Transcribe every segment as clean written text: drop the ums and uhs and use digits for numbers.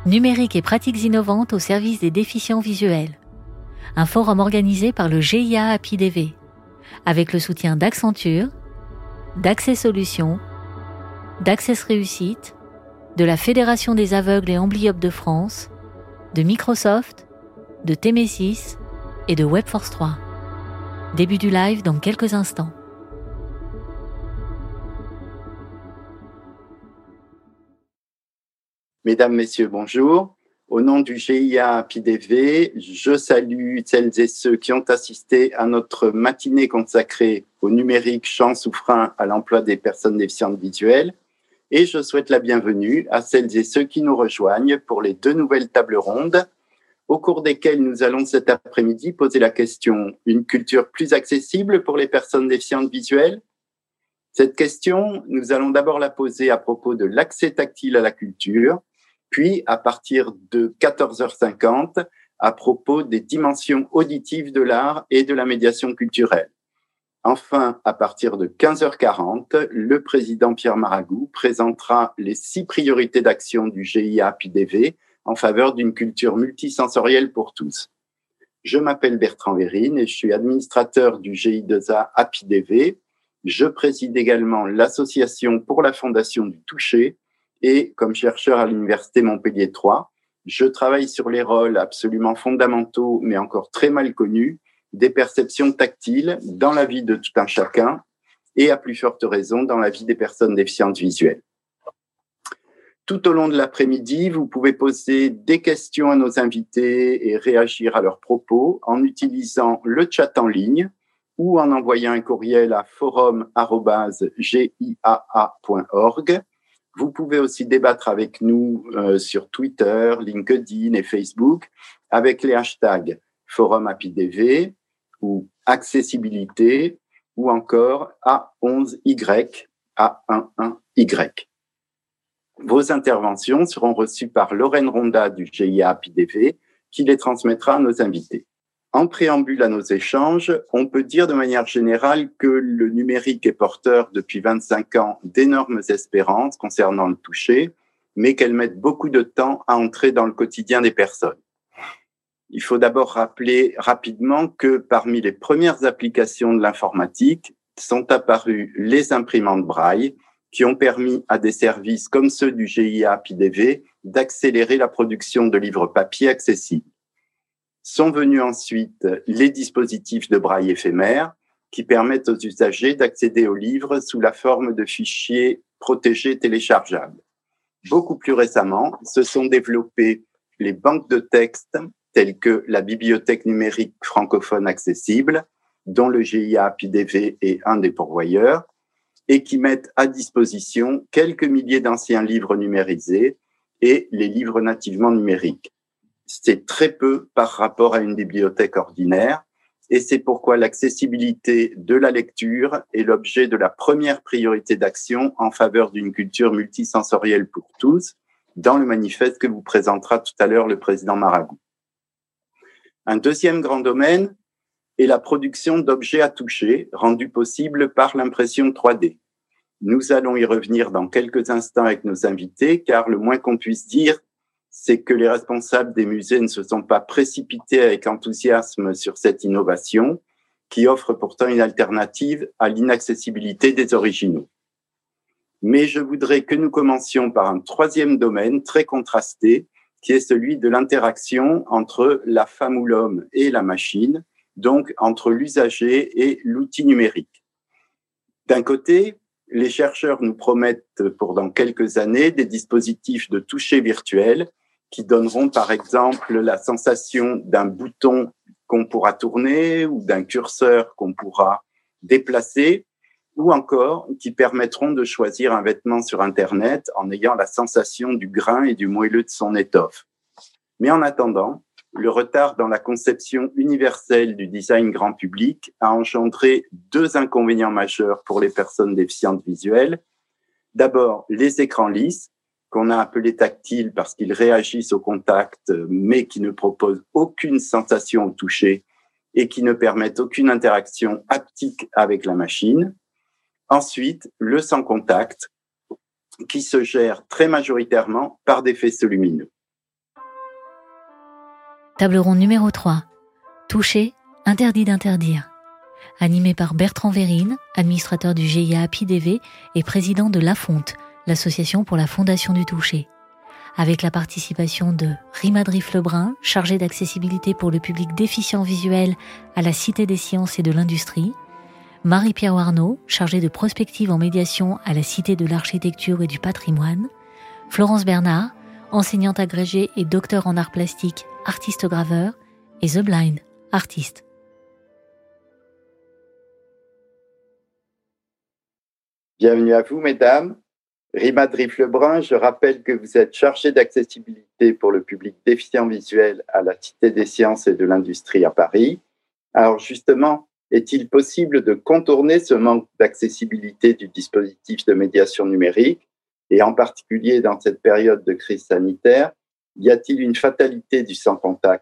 Numérique et pratiques innovantes au service des déficients visuels. Un forum organisé par le GIA API-DV, avec le soutien d'Accenture, d'Accès Solutions, d'Access Réussite, de la Fédération des aveugles et amblyopes de France, de Microsoft, de Temesis et de Webforce 3. Début du live dans quelques instants. Mesdames, Messieurs, bonjour. Au nom du GIA API-DV, je salue celles et ceux qui ont assisté à notre matinée consacrée au numérique, chance ou frein à l'emploi des personnes déficientes visuelles. Et je souhaite la bienvenue à celles et ceux qui nous rejoignent pour les 2 nouvelles tables rondes, au cours desquelles nous allons cet après-midi poser la question « Une culture plus accessible pour les personnes déficientes visuelles ?» Cette question, nous allons d'abord la poser à propos de l'accès tactile à la culture, puis à partir de 14h50, à propos des dimensions auditives de l'art et de la médiation culturelle. Enfin, à partir de 15h40, le président Pierre Maragou présentera les 6 priorités d'action du GIA API-DV en faveur d'une culture multisensorielle pour tous. Je m'appelle Bertrand Vérine et je suis administrateur du GI2A API-DV. Je préside également l'association pour la fondation du toucher et comme chercheur à l'université Montpellier 3, je travaille sur les rôles absolument fondamentaux mais encore très mal connus des perceptions tactiles dans la vie de tout un chacun et à plus forte raison dans la vie des personnes déficientes visuelles. Tout au long de l'après-midi, vous pouvez poser des questions à nos invités et réagir à leurs propos en utilisant le chat en ligne ou en envoyant un courriel à forum@giaa.org. Vous pouvez aussi débattre avec nous sur Twitter, LinkedIn et Facebook avec les hashtags Forum API-DV ou accessibilité ou encore A11Y, A11Y. Vos interventions seront reçues par Lorraine Ronda du GIA API-DV qui les transmettra à nos invités. En préambule à nos échanges, on peut dire de manière générale que le numérique est porteur depuis 25 ans d'énormes espérances concernant le toucher, mais qu'elles mettent beaucoup de temps à entrer dans le quotidien des personnes. Il faut d'abord rappeler rapidement que parmi les premières applications de l'informatique sont apparues les imprimantes braille qui ont permis à des services comme ceux du GIA API-DV d'accélérer la production de livres papier accessibles. Sont venus ensuite les dispositifs de braille éphémères qui permettent aux usagers d'accéder aux livres sous la forme de fichiers protégés téléchargeables. Beaucoup plus récemment, se sont développées les banques de texte telles que la Bibliothèque numérique francophone accessible, dont le GIA API-DV est un des pourvoyeurs, et qui mettent à disposition quelques milliers d'anciens livres numérisés et les livres nativement numériques. C'est très peu par rapport à une bibliothèque ordinaire et c'est pourquoi l'accessibilité de la lecture est l'objet de la première priorité d'action en faveur d'une culture multisensorielle pour tous dans le manifeste que vous présentera tout à l'heure le président Maragou. Un deuxième grand domaine est la production d'objets à toucher rendus possibles par l'impression 3D. Nous allons y revenir dans quelques instants avec nos invités car le moins qu'on puisse dire, c'est que les responsables des musées ne se sont pas précipités avec enthousiasme sur cette innovation qui offre pourtant une alternative à l'inaccessibilité des originaux. Mais je voudrais que nous commencions par un troisième domaine très contrasté qui est celui de l'interaction entre la femme ou l'homme et la machine, donc entre l'usager et l'outil numérique. D'un côté, les chercheurs nous promettent pour dans quelques années des dispositifs de toucher virtuel qui donneront par exemple la sensation d'un bouton qu'on pourra tourner ou d'un curseur qu'on pourra déplacer ou encore qui permettront de choisir un vêtement sur Internet en ayant la sensation du grain et du moelleux de son étoffe. Mais en attendant, le retard dans la conception universelle du design grand public a engendré 2 inconvénients majeurs pour les personnes déficientes visuelles. D'abord, les écrans lisses, qu'on a appelés tactiles parce qu'ils réagissent au contact, mais qui ne proposent aucune sensation au toucher et qui ne permettent aucune interaction haptique avec la machine. Ensuite, le sans contact, qui se gère très majoritairement par des faisceaux lumineux. Table ronde numéro 3. Toucher, interdit d'interdire. Animé par Bertrand Vérine, administrateur du GIA API-DV et président de l'AFONT, l'association pour la fondation du toucher. Avec la participation de Rima Drif-Lebrun, chargée d'accessibilité pour le public déficient visuel à la Cité des Sciences et de l'Industrie, Marie-Pierre Warneau, chargée de prospective en médiation à la Cité de l'Architecture et du Patrimoine, Florence Bernard, enseignante agrégée et docteur en arts plastiques, artiste-graveur, et The Blind, artiste. Bienvenue à vous, mesdames. Rima Drif-Lebrun, je rappelle que vous êtes chargée d'accessibilité pour le public déficient visuel à la Cité des Sciences et de l'Industrie à Paris. Alors justement, est-il possible de contourner ce manque d'accessibilité du dispositif de médiation numérique? Et en particulier dans cette période de crise sanitaire, y a-t-il une fatalité du sans-contact?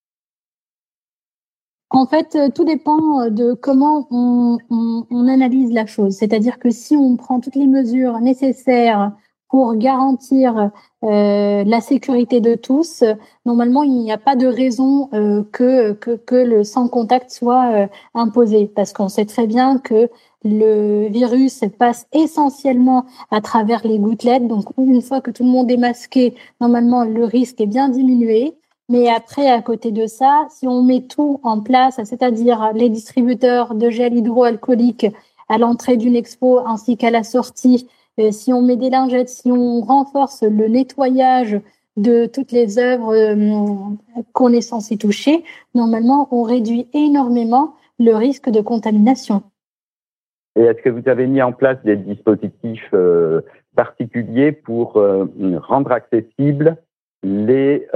En fait, tout dépend de comment on analyse la chose. C'est-à-dire que si on prend toutes les mesures nécessaires pour garantir la sécurité de tous, normalement, il n'y a pas de raison que le sans-contact soit imposé. Parce qu'on sait très bien que le virus passe essentiellement à travers les gouttelettes. Donc, une fois que tout le monde est masqué, normalement, le risque est bien diminué. Mais après, à côté de ça, si on met tout en place, c'est-à-dire les distributeurs de gel hydroalcoolique à l'entrée d'une expo ainsi qu'à la sortie, si on met des lingettes, si on renforce le nettoyage de toutes les œuvres qu'on est censé toucher, normalement, on réduit énormément le risque de contamination. Et est-ce que vous avez mis en place des dispositifs particuliers pour rendre accessibles les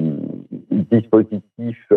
dispositifs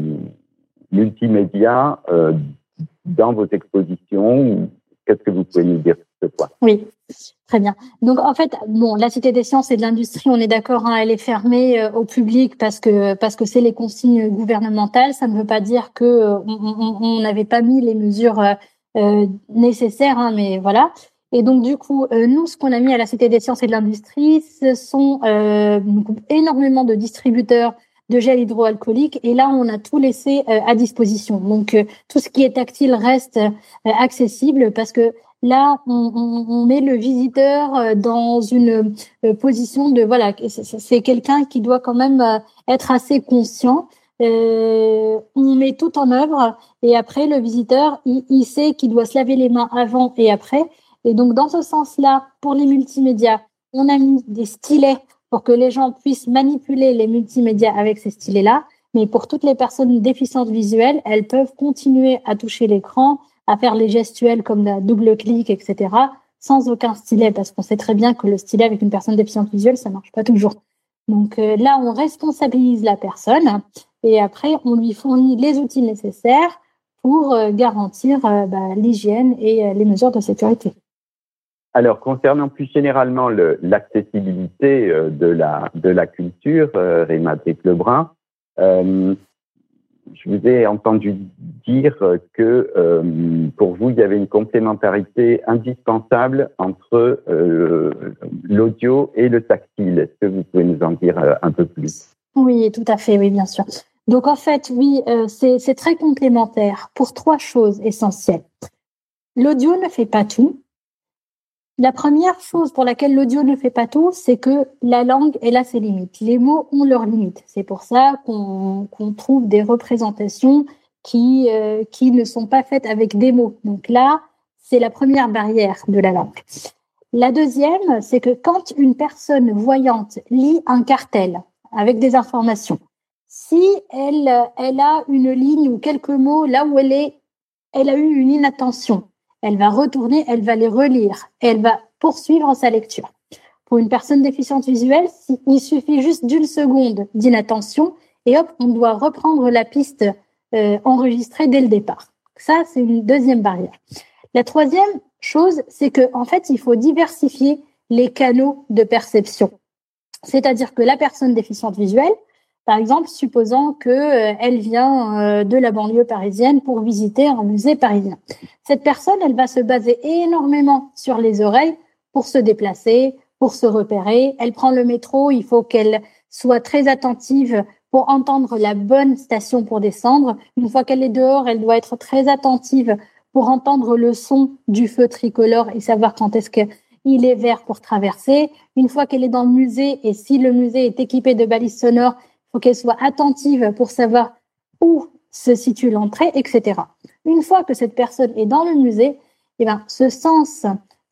multimédia dans vos expositions? Qu'est-ce que vous pouvez nous dire sur ce point? Oui, très bien. Donc en fait, la Cité des Sciences et de l'Industrie, on est d'accord, elle est fermée au public parce que c'est les consignes gouvernementales. Ça ne veut pas dire que on n'avait pas mis les mesures nécessaires, mais voilà. Et donc, du coup, nous, ce qu'on a mis à la Cité des Sciences et de l'Industrie, ce sont énormément de distributeurs de gel hydroalcoolique. Et là, on a tout laissé à disposition. Donc, tout ce qui est tactile reste accessible parce que là, on met le visiteur dans une position de, voilà, c'est quelqu'un qui doit quand même être assez conscient. On met tout en œuvre et après, le visiteur, il sait qu'il doit se laver les mains avant et après. Et donc, dans ce sens-là, pour les multimédias, on a mis des stylets pour que les gens puissent manipuler les multimédias avec ces stylets-là. Mais pour toutes les personnes déficientes visuelles, elles peuvent continuer à toucher l'écran, à faire les gestuels comme la double-clic, etc., sans aucun stylet, parce qu'on sait très bien que le stylet avec une personne déficiente visuelle, ça marche pas toujours. Donc là, on responsabilise la personne et après, on lui fournit les outils nécessaires pour garantir l'hygiène et les mesures de sécurité. Alors, concernant plus généralement l'accessibilité de la culture, Rima Drif-Lebrun, je vous ai entendu dire que pour vous, il y avait une complémentarité indispensable entre l'audio et le tactile. Est-ce que vous pouvez nous en dire un peu plus? Oui, tout à fait, oui, bien sûr. Donc, en fait, oui, c'est très complémentaire pour 3 choses essentielles. L'audio ne fait pas tout. La première chose pour laquelle l'audio ne fait pas tout, c'est que la langue, elle a ses limites. Les mots ont leurs limites. C'est pour ça qu'on trouve des représentations qui ne sont pas faites avec des mots. Donc là, c'est la première barrière de la langue. La deuxième, c'est que quand une personne voyante lit un cartel avec des informations, si elle a une ligne ou quelques mots là où elle a eu une inattention, elle va retourner, elle va les relire et elle va poursuivre sa lecture. Pour une personne déficiente visuelle, il suffit juste d'une seconde d'inattention et hop, on doit reprendre la piste enregistrée dès le départ. Ça, c'est une deuxième barrière. La troisième chose, c'est qu'en fait, il faut diversifier les canaux de perception. C'est-à-dire que la personne déficiente visuelle, par exemple, supposant qu'elle vient de la banlieue parisienne pour visiter un musée parisien. Cette personne, elle va se baser énormément sur les oreilles pour se déplacer, pour se repérer. Elle prend le métro, il faut qu'elle soit très attentive pour entendre la bonne station pour descendre. Une fois qu'elle est dehors, elle doit être très attentive pour entendre le son du feu tricolore et savoir quand est-ce qu'il est vert pour traverser. Une fois qu'elle est dans le musée, et si le musée est équipé de balises sonores, il faut qu'elle soit attentive pour savoir où se situe l'entrée, etc. Une fois que cette personne est dans le musée, eh ben, ce sens,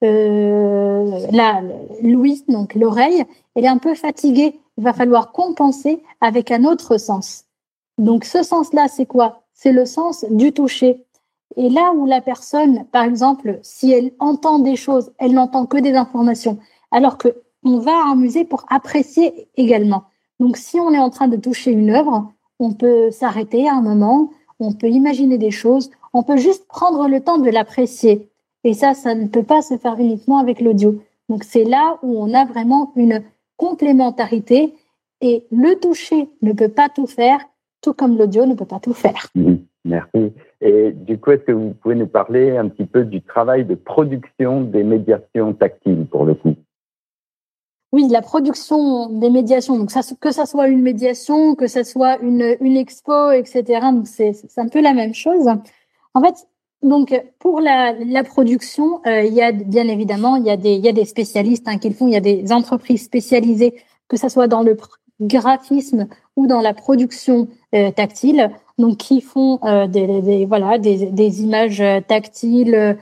l'ouïe, donc l'oreille, elle est un peu fatiguée. Il va falloir compenser avec un autre sens. Donc, ce sens-là, c'est quoi? C'est le sens du toucher. Et là où la personne, par exemple, si elle entend des choses, elle n'entend que des informations, alors qu'on va à un musée pour apprécier également. Donc, si on est en train de toucher une œuvre, on peut s'arrêter à un moment, on peut imaginer des choses, on peut juste prendre le temps de l'apprécier. Et ça ne peut pas se faire uniquement avec l'audio. Donc, c'est là où on a vraiment une complémentarité et le toucher ne peut pas tout faire, tout comme l'audio ne peut pas tout faire. Merci. Et du coup, est-ce que vous pouvez nous parler un petit peu du travail de production des médiations tactiles pour le coup? Oui, la production des médiations, donc que ça soit une médiation, que ça soit une expo, etc. Donc c'est un peu la même chose. En fait, donc pour la production, il y a bien évidemment il y a des spécialistes qui le font. Il y a des entreprises spécialisées, que ça soit dans le graphisme ou dans la production tactile, donc qui font des images tactiles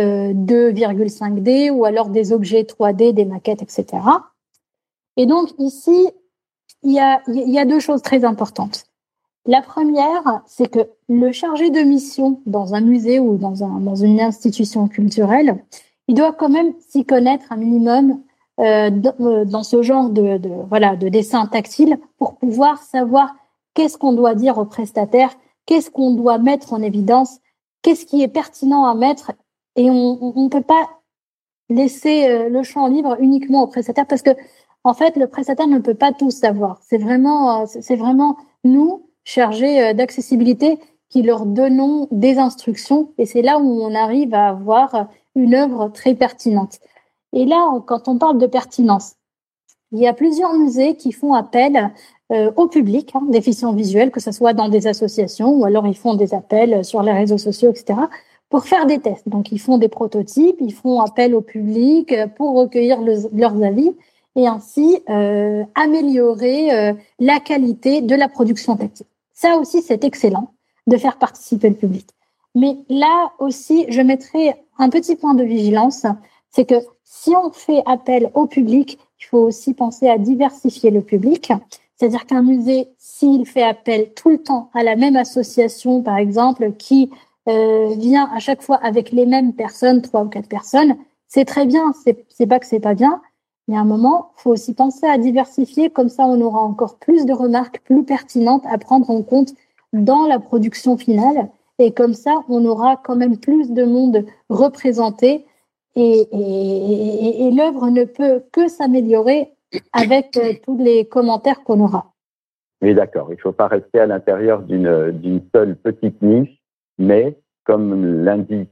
2,5D ou alors des objets 3D, des maquettes, etc. Et donc ici, il y a deux choses très importantes. La première, c'est que le chargé de mission dans un musée ou dans une institution culturelle, il doit quand même s'y connaître un minimum dans ce genre de dessin tactile pour pouvoir savoir qu'est-ce qu'on doit dire au prestataire, qu'est-ce qu'on doit mettre en évidence, qu'est-ce qui est pertinent à mettre. Et on ne peut pas laisser le champ libre uniquement au prestataire parce que en fait, le prestataire ne peut pas tout savoir. C'est vraiment nous, chargés d'accessibilité, qui leur donnons des instructions. Et c'est là où on arrive à avoir une œuvre très pertinente. Et là, quand on parle de pertinence, il y a plusieurs musées qui font appel au public, déficients visuels, que ce soit dans des associations ou alors ils font des appels sur les réseaux sociaux, etc., pour faire des tests. Donc, ils font des prototypes, ils font appel au public pour recueillir leurs avis et ainsi améliorer la qualité de la production tactile. Ça aussi, c'est excellent de faire participer le public. Mais là aussi, je mettrai un petit point de vigilance, c'est que si on fait appel au public, il faut aussi penser à diversifier le public. C'est-à-dire qu'un musée, s'il fait appel tout le temps à la même association, par exemple, qui vient à chaque fois avec les mêmes personnes, 3 ou 4 personnes, c'est très bien, c'est pas que c'est pas bien. Mais à un moment, il faut aussi penser à diversifier, comme ça on aura encore plus de remarques plus pertinentes à prendre en compte dans la production finale. Et comme ça, on aura quand même plus de monde représenté et l'œuvre ne peut que s'améliorer avec tous les commentaires qu'on aura. Oui, d'accord. Il ne faut pas rester à l'intérieur d'une seule petite niche, mais comme l'indique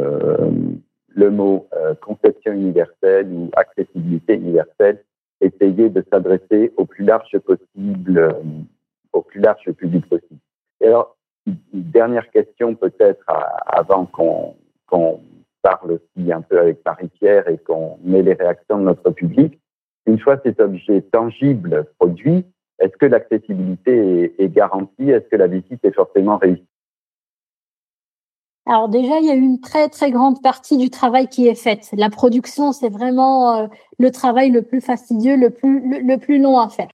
le mot conception universelle ou accessibilité universelle, essayer de s'adresser au plus large possible, au plus large public possible. Et alors, une dernière question peut-être avant qu'on parle aussi un peu avec Marie-Pierre et qu'on ait les réactions de notre public. Une fois cet objet tangible produit, est-ce que l'accessibilité est garantie? Est-ce que la visite est forcément réussie? Alors déjà, il y a une très, très grande partie du travail qui est faite. La production, c'est vraiment le travail le plus fastidieux, le plus long à faire.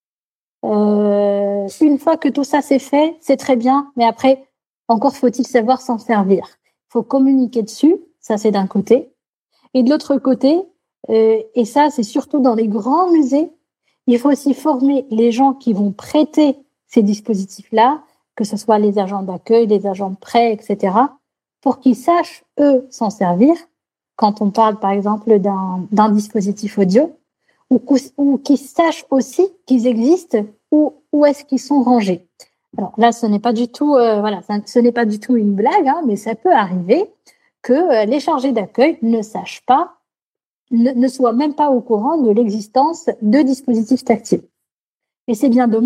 Une fois que tout ça c'est fait, c'est très bien, mais après, encore faut-il savoir s'en servir. Il faut communiquer dessus, ça c'est d'un côté. Et de l'autre côté, et ça c'est surtout dans les grands musées, il faut aussi former les gens qui vont prêter ces dispositifs-là, que ce soit les agents d'accueil, les agents de prêt, etc., pour qu'ils sachent, eux, s'en servir, quand on parle, par exemple, d'un dispositif audio, ou qu'ils sachent aussi qu'ils existent, où est-ce qu'ils sont rangés. Alors là, ce n'est pas du tout, ce n'est pas du tout une blague, mais ça peut arriver que les chargés d'accueil ne sachent pas, ne soient même pas au courant de l'existence de dispositifs tactiles. Et c'est bien dommage,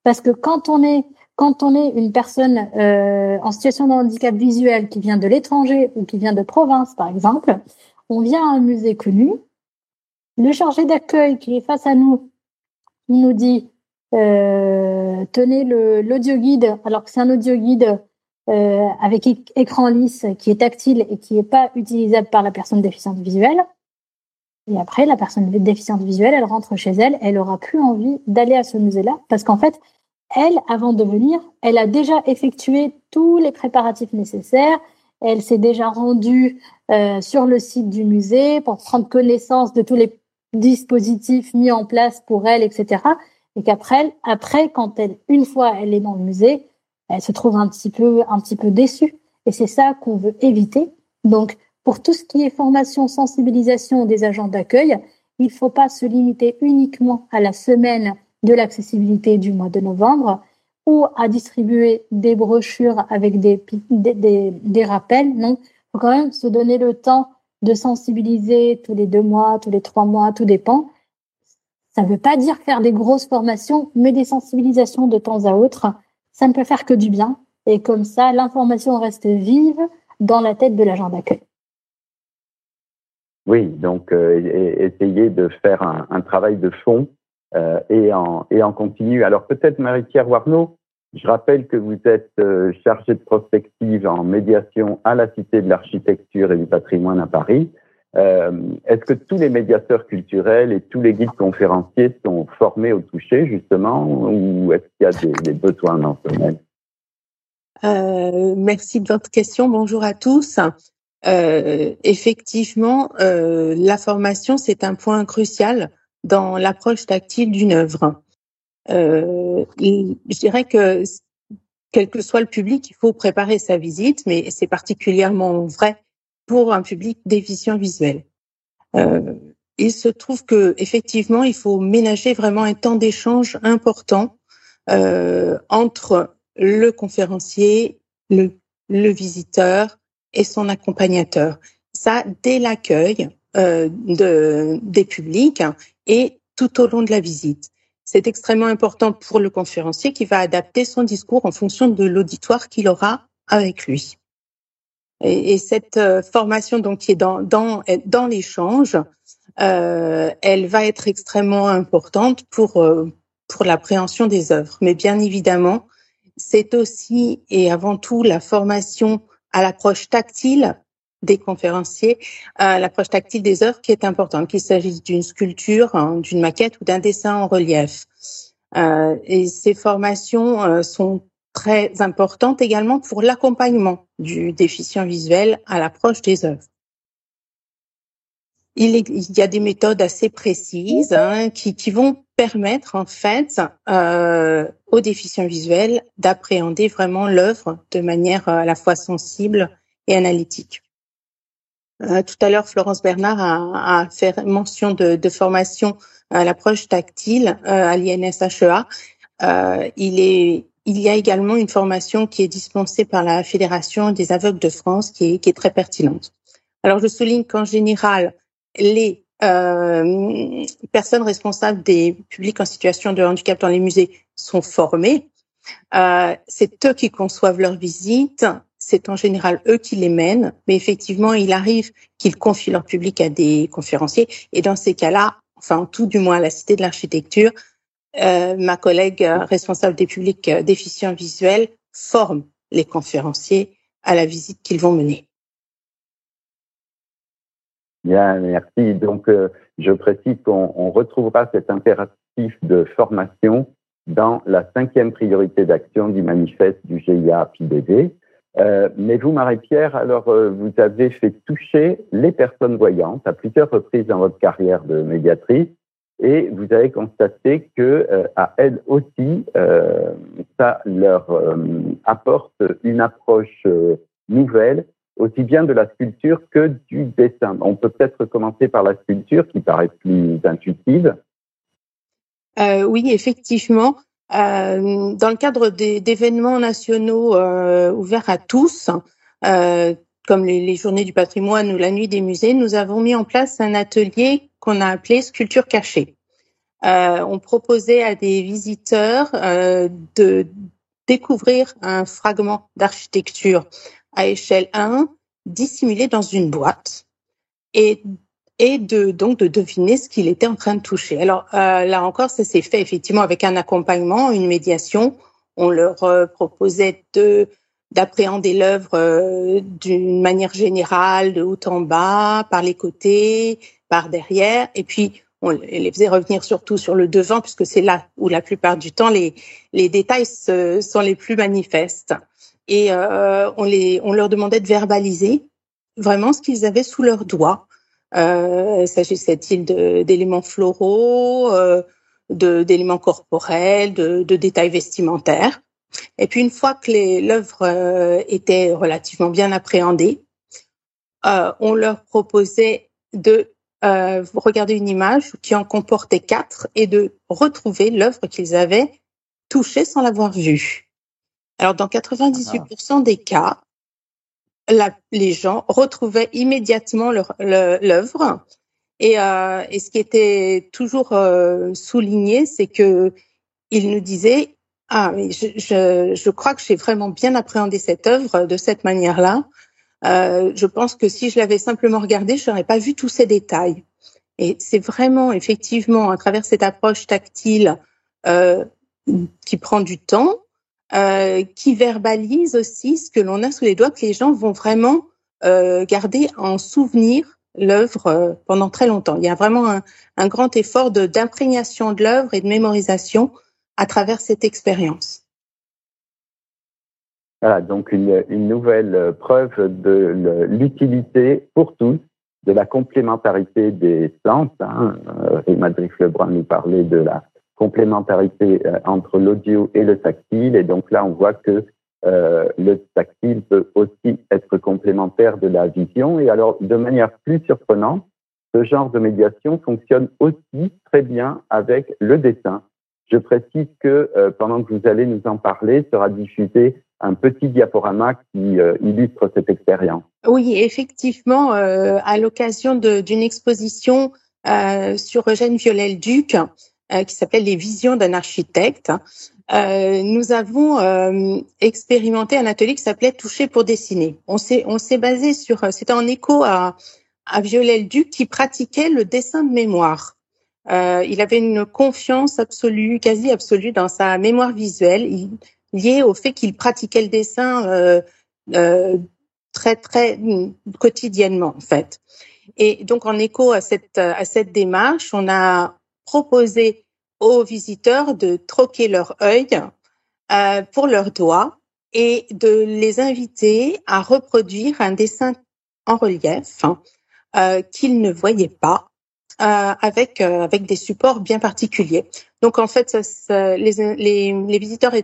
Parce que quand on est une personne en situation de handicap visuel qui vient de l'étranger ou qui vient de province, par exemple, on vient à un musée connu, le chargé d'accueil qui est face à nous, il nous dit tenez l'audioguide, alors que c'est un audioguide avec écran lisse qui est tactile et qui n'est pas utilisable par la personne déficiente visuelle. Et après, la personne déficiente visuelle, elle rentre chez elle, elle aura plus envie d'aller à ce musée-là parce qu'en fait, elle, avant de venir, elle a déjà effectué tous les préparatifs nécessaires. Elle s'est déjà rendue sur le site du musée pour prendre connaissance de tous les dispositifs mis en place pour elle, etc. Et qu'après, une fois elle est dans le musée, elle se trouve un petit peu déçue. Et c'est ça qu'on veut éviter. Donc, pour tout ce qui est formation, sensibilisation des agents d'accueil, il ne faut pas se limiter uniquement à la semaine de l'accessibilité du mois de novembre ou à distribuer des brochures avec des rappels. Non, il faut quand même se donner le temps de sensibiliser tous les 2 mois, tous les 3 mois, tout dépend. Ça ne veut pas dire faire des grosses formations, mais des sensibilisations de temps à autre. Ça ne peut faire que du bien. Et comme ça, l'information reste vive dans la tête de l'agent d'accueil. Oui, donc essayer de faire un travail de fond et en continu. Alors peut-être Marie-Pierre Warneau, je rappelle que vous êtes chargée de prospective en médiation à la Cité de l'Architecture et du Patrimoine à Paris. Est-ce que tous les médiateurs culturels et tous les guides conférenciers sont formés au toucher justement, ou est-ce qu'il y a des besoins dans ce domaine? Merci de votre question. Bonjour à tous. Effectivement, la formation, c'est un point crucial dans l'approche tactile d'une œuvre. Je dirais que, quel que soit le public, il faut préparer sa visite, mais c'est particulièrement vrai pour un public déficient visuel. Il se trouve que, effectivement, il faut ménager vraiment un temps d'échange important entre le conférencier, le visiteur et son accompagnateur. Ça, dès l'accueil des publics et tout au long de la visite. C'est extrêmement important pour le conférencier qui va adapter son discours en fonction de l'auditoire qu'il aura avec lui. Et cette formation donc qui est dans l'échange, elle va être extrêmement importante pour l'appréhension des œuvres. Mais bien évidemment, c'est aussi et avant tout la formation à l'approche tactile des conférenciers, l'approche tactile des œuvres qui est importante, qu'il s'agisse d'une sculpture, d'une maquette ou d'un dessin en relief. Et ces formations sont très importantes également pour l'accompagnement du déficient visuel à l'approche des œuvres. Il y a des méthodes assez précises qui vont permettre en fait aux déficients visuels d'appréhender vraiment l'œuvre de manière à la fois sensible et analytique. Tout à l'heure, Florence Bernard a fait mention de formation à l'approche tactile à l'INSHEA. Il y a également une formation qui est dispensée par la Fédération des aveugles de France qui est très pertinente. Alors, je souligne qu'en général, les personnes responsables des publics en situation de handicap dans les musées sont formées. C'est eux qui conçoivent leurs visites. C'est en général eux qui les mènent, mais effectivement, il arrive qu'ils confient leur public à des conférenciers. Et dans ces cas-là, enfin, tout du moins à la Cité de l'Architecture, ma collègue responsable des publics déficients visuels forme les conférenciers à la visite qu'ils vont mener. Bien, merci. Donc, je précise qu'on retrouvera cet impératif de formation dans la 5e priorité d'action du manifeste du GIA-API-DV. Mais vous, Marie-Pierre, alors vous avez fait toucher les personnes voyantes à plusieurs reprises dans votre carrière de médiatrice et vous avez constaté que à elles aussi, ça leur apporte une approche nouvelle, aussi bien de la sculpture que du dessin. On peut peut-être commencer par la sculpture qui paraît plus intuitive. Oui, effectivement. Dans le cadre d'événements nationaux ouverts à tous, comme les Journées du patrimoine ou la Nuit des musées, nous avons mis en place un atelier qu'on a appelé Sculpture cachée. on proposait à des visiteurs de découvrir un fragment d'architecture à échelle 1 dissimulé dans une boîte et donc de deviner ce qu'il était en train de toucher. Alors là encore, ça s'est fait effectivement avec un accompagnement, une médiation. On leur proposait d'appréhender l'œuvre d'une manière générale, de haut en bas, par les côtés, par derrière, et puis on les faisait revenir surtout sur le devant, puisque c'est là où la plupart du temps les détails sont les plus manifestes. Et on leur demandait de verbaliser vraiment ce qu'ils avaient sous leurs doigts. S'agissait-il d'éléments floraux, d'éléments corporels, de détails vestimentaires. Et puis une fois que l'œuvre était relativement bien appréhendée, on leur proposait de regarder une image qui en comportait 4 et de retrouver l'œuvre qu'ils avaient touchée sans l'avoir vue. Alors dans 98% des cas, les gens retrouvaient immédiatement l'œuvre. Et ce qui était toujours souligné, c'est que ils nous disaient mais je crois que j'ai vraiment bien appréhendé cette œuvre de cette manière-là. Je pense que si je l'avais simplement regardée, je n'aurais pas vu tous ces détails. Et c'est vraiment, effectivement, à travers cette approche tactile qui prend du temps, qui verbalise aussi ce que l'on a sous les doigts, que les gens vont vraiment garder en souvenir l'œuvre pendant très longtemps. Il y a vraiment un grand effort d'imprégnation de l'œuvre et de mémorisation à travers cette expérience. Voilà, donc une nouvelle preuve de l'utilité pour tous de la complémentarité des plantes. Rima Drix-Lebrun nous parlait de la complémentarité entre l'audio et le tactile, et donc là on voit que le tactile peut aussi être complémentaire de la vision. Et alors, de manière plus surprenante, ce genre de médiation fonctionne aussi très bien avec le dessin. Je précise que pendant que vous allez nous en parler, sera diffusé un petit diaporama qui illustre cette expérience. Oui, effectivement, à l'occasion d'une exposition sur Eugène Viollet-le-Duc, qui s'appelait « Les visions d'un architecte », nous avons expérimenté un atelier qui s'appelait « Toucher pour dessiner ». On s'est basé c'était en écho à Viollet-le-Duc qui pratiquait le dessin de mémoire. Il avait une confiance absolue, quasi absolue dans sa mémoire visuelle, liée au fait qu'il pratiquait le dessin très très quotidiennement en fait. Et donc en écho à cette démarche, on a proposé aux visiteurs de troquer leur œil pour leurs doigts et de les inviter à reproduire un dessin en relief qu'ils ne voyaient pas avec des supports bien particuliers. Donc en fait, les visiteurs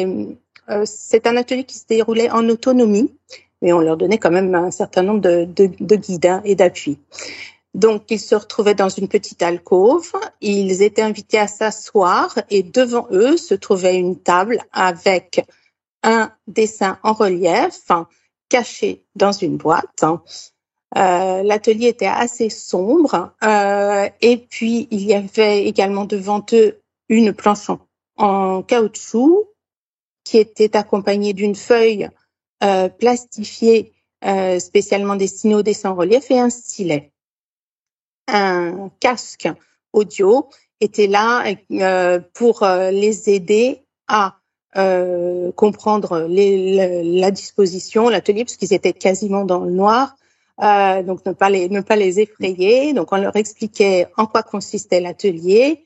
c'est un atelier qui se déroulait en autonomie, mais on leur donnait quand même un certain nombre de guides et d'appuis. Donc, ils se retrouvaient dans une petite alcôve, ils étaient invités à s'asseoir et devant eux se trouvait une table avec un dessin en relief caché dans une boîte. L'atelier était assez sombre et puis il y avait également devant eux une planche en caoutchouc qui était accompagnée d'une feuille plastifiée spécialement destinée au dessin en relief et un stylet. Un casque audio était là pour les aider à comprendre la disposition, l'atelier, parce qu'ils étaient quasiment dans le noir, donc ne pas les effrayer. Donc on leur expliquait en quoi consistait l'atelier,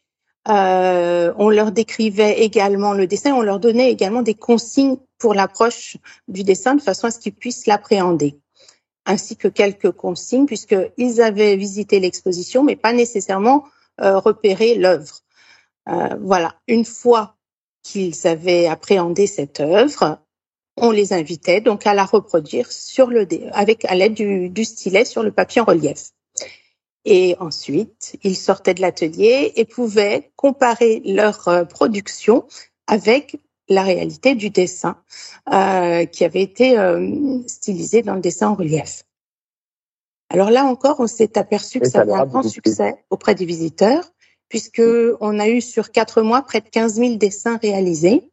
on leur décrivait également le dessin, on leur donnait également des consignes pour l'approche du dessin de façon à ce qu'ils puissent l'appréhender, ainsi que quelques consignes, puisqu'ils avaient visité l'exposition, mais pas nécessairement repéré l'œuvre. Voilà, une fois qu'ils avaient appréhendé cette œuvre, on les invitait donc à la reproduire à l'aide du stylet sur le papier en relief. Et ensuite, ils sortaient de l'atelier et pouvaient comparer leur production avec la réalité du dessin qui avait été stylisé dans le dessin en relief. Alors là encore, on s'est aperçu que ça avait un grand succès auprès des visiteurs, puisque on a eu sur 4 mois près de 15 000 dessins réalisés.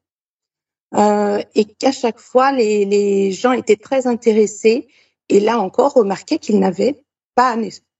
Et qu'à chaque fois, les gens étaient très intéressés et là encore remarquaient qu'ils n'avaient pas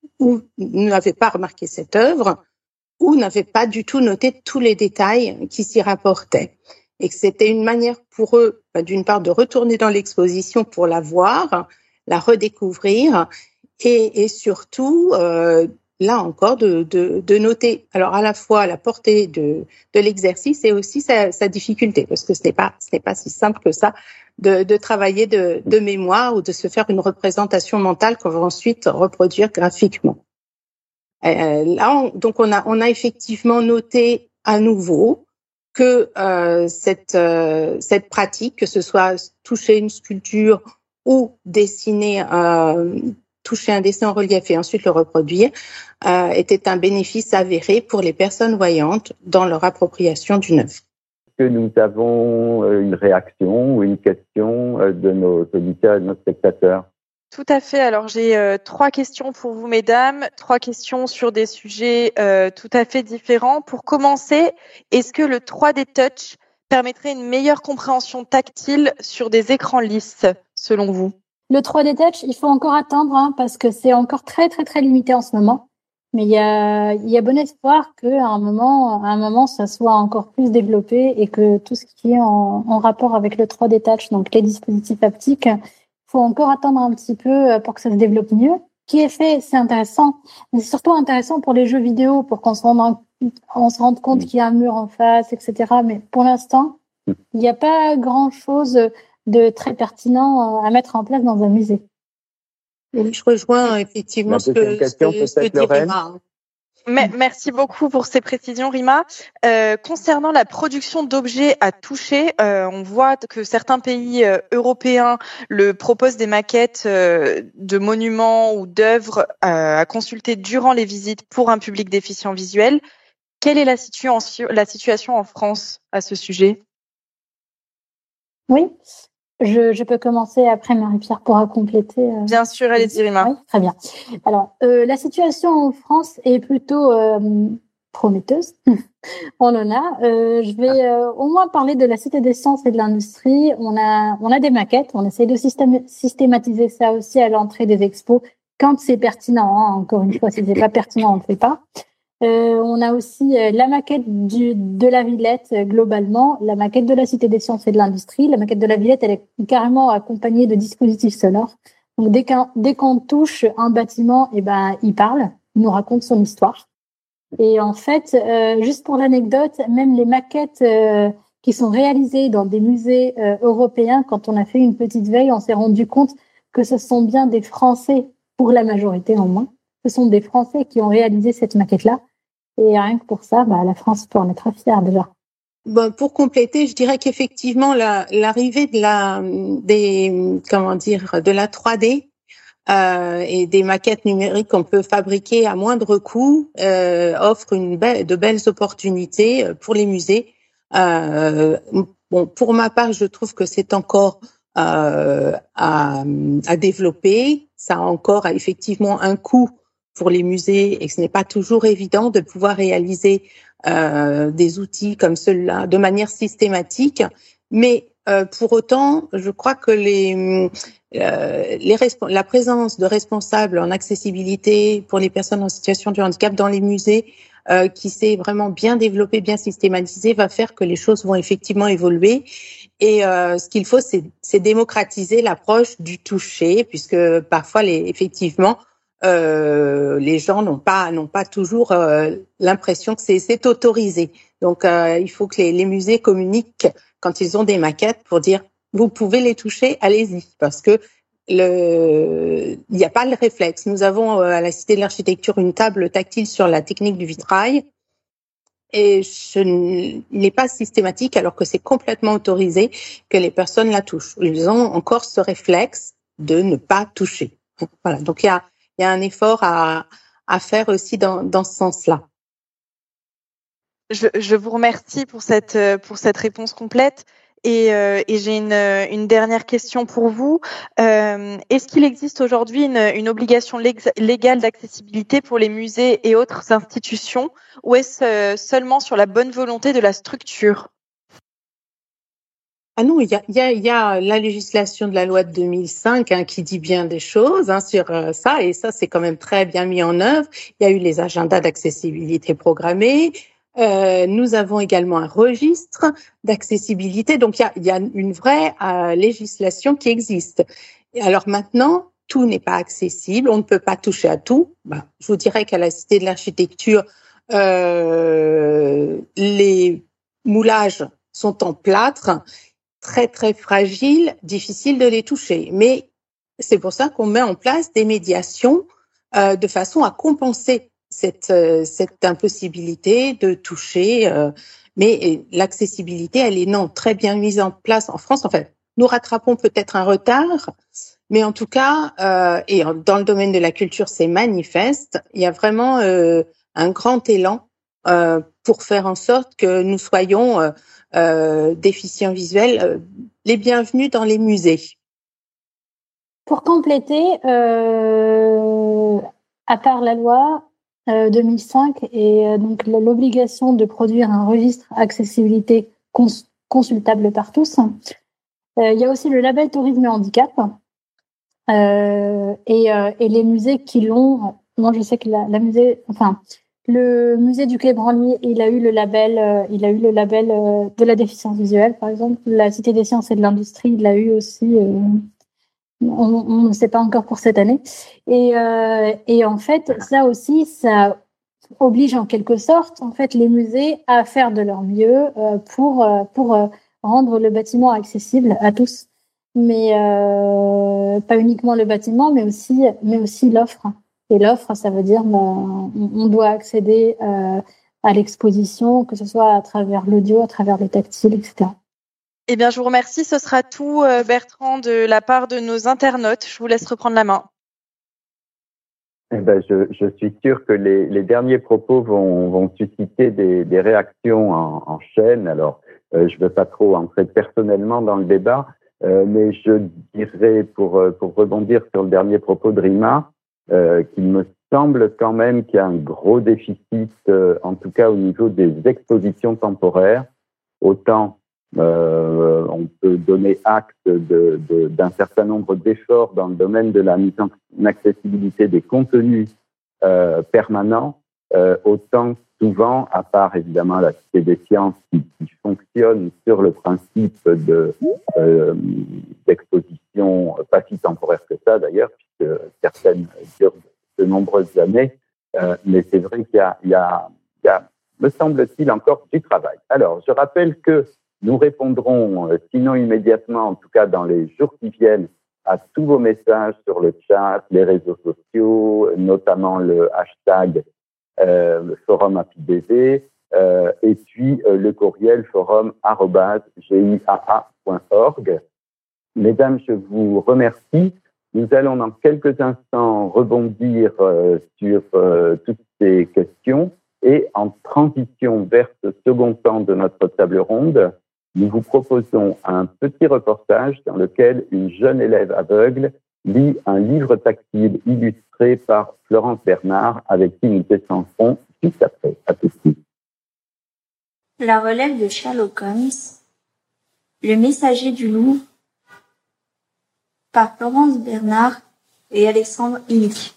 remarqué cette œuvre ou n'avaient pas du tout noté tous les détails qui s'y rapportaient. Et que c'était une manière pour eux, d'une part, de retourner dans l'exposition pour la voir, la redécouvrir et surtout, là encore, de noter, alors à la fois la portée de l'exercice et aussi sa difficulté, parce que ce n'est pas si simple que ça de travailler de mémoire ou de se faire une représentation mentale qu'on va ensuite reproduire graphiquement. Là, donc on a effectivement noté à nouveau que cette pratique, que ce soit toucher une sculpture ou dessiner, toucher un dessin en relief et ensuite le reproduire, était un bénéfice avéré pour les personnes voyantes dans leur appropriation d'une œuvre. Est-ce que nous avons une réaction ou une question de nos auditeurs et de nos spectateurs? Tout à fait. Alors, j'ai 3 questions pour vous, mesdames. 3 questions sur des sujets tout à fait différents. Pour commencer, est-ce que le 3D Touch permettrait une meilleure compréhension tactile sur des écrans lisses, selon vous? Le 3D Touch, il faut encore attendre parce que c'est encore très, très, très limité en ce moment. Mais il y a bon espoir qu'à un moment, ça soit encore plus développé et que tout ce qui est en rapport avec le 3D Touch, donc les dispositifs haptiques, faut encore attendre un petit peu pour que ça se développe mieux. Ce qui est fait, c'est intéressant, mais c'est surtout intéressant pour les jeux vidéo, pour qu'on se rende compte qu'il y a un mur en face, etc. Mais pour l'instant, il n'y a pas grand-chose de très pertinent à mettre en place dans un musée. Je rejoins effectivement ce que dit Rima. Merci beaucoup pour ces précisions, Rima. Concernant la production d'objets à toucher, on voit que certains pays européens proposent des maquettes de monuments ou d'œuvres à consulter durant les visites pour un public déficient visuel. Quelle est la situation en France à ce sujet? Oui. Je peux commencer, après Marie-Pierre pourra compléter. Bien sûr, allez-y, Rima. Oui, très bien. Alors, la situation en France est plutôt prometteuse. On en a. Je vais au moins parler de la Cité des Sciences et de l'Industrie. On a des maquettes. On essaie de systématiser ça aussi à l'entrée des expos quand c'est pertinent. Hein. Encore une fois, si c'est pas pertinent, on ne le fait pas. On a aussi la maquette de la Villette globalement, la maquette de la Cité des Sciences et de l'Industrie. La maquette de la Villette, elle est carrément accompagnée de dispositifs sonores. Donc dès qu'on touche un bâtiment, il parle, il nous raconte son histoire. Et en fait, juste pour l'anecdote, même les maquettes qui sont réalisées dans des musées européens, quand on a fait une petite veille, on s'est rendu compte que ce sont bien des Français, pour la majorité au moins, ce sont des Français qui ont réalisé cette maquette-là. Et rien que pour ça, la France peut en être fière déjà. Bon, pour compléter, je dirais qu'effectivement l'arrivée de la 3D et des maquettes numériques qu'on peut fabriquer à moindre coût offre de belles opportunités pour les musées. Bon, pour ma part, je trouve que c'est encore à développer. Ça a encore effectivement un coût pour les musées et que ce n'est pas toujours évident de pouvoir réaliser des outils comme ceux-là de manière systématique. Mais pour autant, je crois que la présence de responsables en accessibilité pour les personnes en situation de handicap dans les musées qui s'est vraiment bien développé, bien systématisé, va faire que les choses vont effectivement évoluer. Et ce qu'il faut, c'est démocratiser l'approche du toucher, puisque parfois, effectivement, les gens n'ont pas toujours l'impression que c'est autorisé. Donc, il faut que les musées communiquent quand ils ont des maquettes pour dire vous pouvez les toucher, allez-y, parce que il n'y a pas le réflexe. Nous avons à la Cité de l'Architecture une table tactile sur la technique du vitrail et il n'est pas systématique alors que c'est complètement autorisé que les personnes la touchent. Ils ont encore ce réflexe de ne pas toucher. Voilà. Donc il y a un effort à faire aussi dans ce sens-là. Je vous remercie pour cette réponse complète. Et j'ai une dernière question pour vous. Est-ce qu'il existe aujourd'hui une obligation légale d'accessibilité pour les musées et autres institutions, ou est-ce seulement sur la bonne volonté de la structure? Ah non, il y a la législation de la loi de 2005 qui dit bien des choses sur ça, et ça c'est quand même très bien mis en œuvre. Il y a eu les agendas d'accessibilité programmés. Nous avons également un registre d'accessibilité, donc il y a une vraie législation qui existe. Et alors maintenant, tout n'est pas accessible, on ne peut pas toucher à tout. Je vous dirais qu'à la Cité de l'Architecture, les moulages sont en plâtre, très très fragiles, difficiles de les toucher. Mais c'est pour ça qu'on met en place des médiations de façon à compenser cette impossibilité de toucher. Mais l'accessibilité, elle est très bien mise en place en France. En fait, nous rattrapons peut-être un retard, mais en tout cas, dans le domaine de la culture, c'est manifeste. Il y a vraiment un grand élan pour faire en sorte que nous soyons déficients visuels les bienvenus dans les musées. Pour compléter, à part la loi 2005 et donc l'obligation de produire un registre accessibilité consultable par tous, il y a aussi le label tourisme et handicap et les musées qui l'ont. Moi, je sais que le musée du Quai Branly, il a eu le label de la déficience visuelle, par exemple. La Cité des sciences et de l'industrie, il l'a eu aussi. On ne sait pas encore pour cette année. Et en fait, ça aussi, ça oblige en quelque sorte, en fait, les musées à faire de leur mieux pour rendre le bâtiment accessible à tous. Mais pas uniquement le bâtiment, mais aussi l'offre. Et l'offre, ça veut dire on doit accéder à l'exposition, que ce soit à travers l'audio, à travers les tactiles, etc. Eh bien, je vous remercie. Ce sera tout, Bertrand, de la part de nos internautes. Je vous laisse reprendre la main. Eh ben, je suis sûr que les derniers propos vont susciter des réactions en chaîne. Alors, je ne veux pas trop entrer personnellement dans le débat, mais je dirais, pour rebondir sur le dernier propos de Rima, qu'il me semble quand même qu'il y a un gros déficit, en tout cas au niveau des expositions temporaires. Autant on peut donner acte d'un certain nombre d'efforts dans le domaine de la mise en accessibilité des contenus permanents, autant souvent, à part évidemment la Cité des sciences qui fonctionne sur le principe d'exposition pas si temporaire que ça d'ailleurs, puisque certaines durent de nombreuses années, mais c'est vrai qu'il y a, me semble-t-il, encore du travail. Alors, je rappelle que nous répondrons, sinon immédiatement, en tout cas dans les jours qui viennent, à tous vos messages sur le chat, les réseaux sociaux, notamment le hashtag le forum APIDV, et puis le courriel forum@giaa.org. Mesdames, je vous remercie. Nous allons dans quelques instants rebondir sur toutes ces questions, et en transition vers ce second temps de notre table ronde, nous vous proposons un petit reportage dans lequel une jeune élève aveugle lit un livre tactile illustré par Florence Bernard, avec qui nous échangerons juste après. À tout de suite. La relève de Sherlock Holmes, Le messager du loup, par Florence Bernard et Alexandre Inick.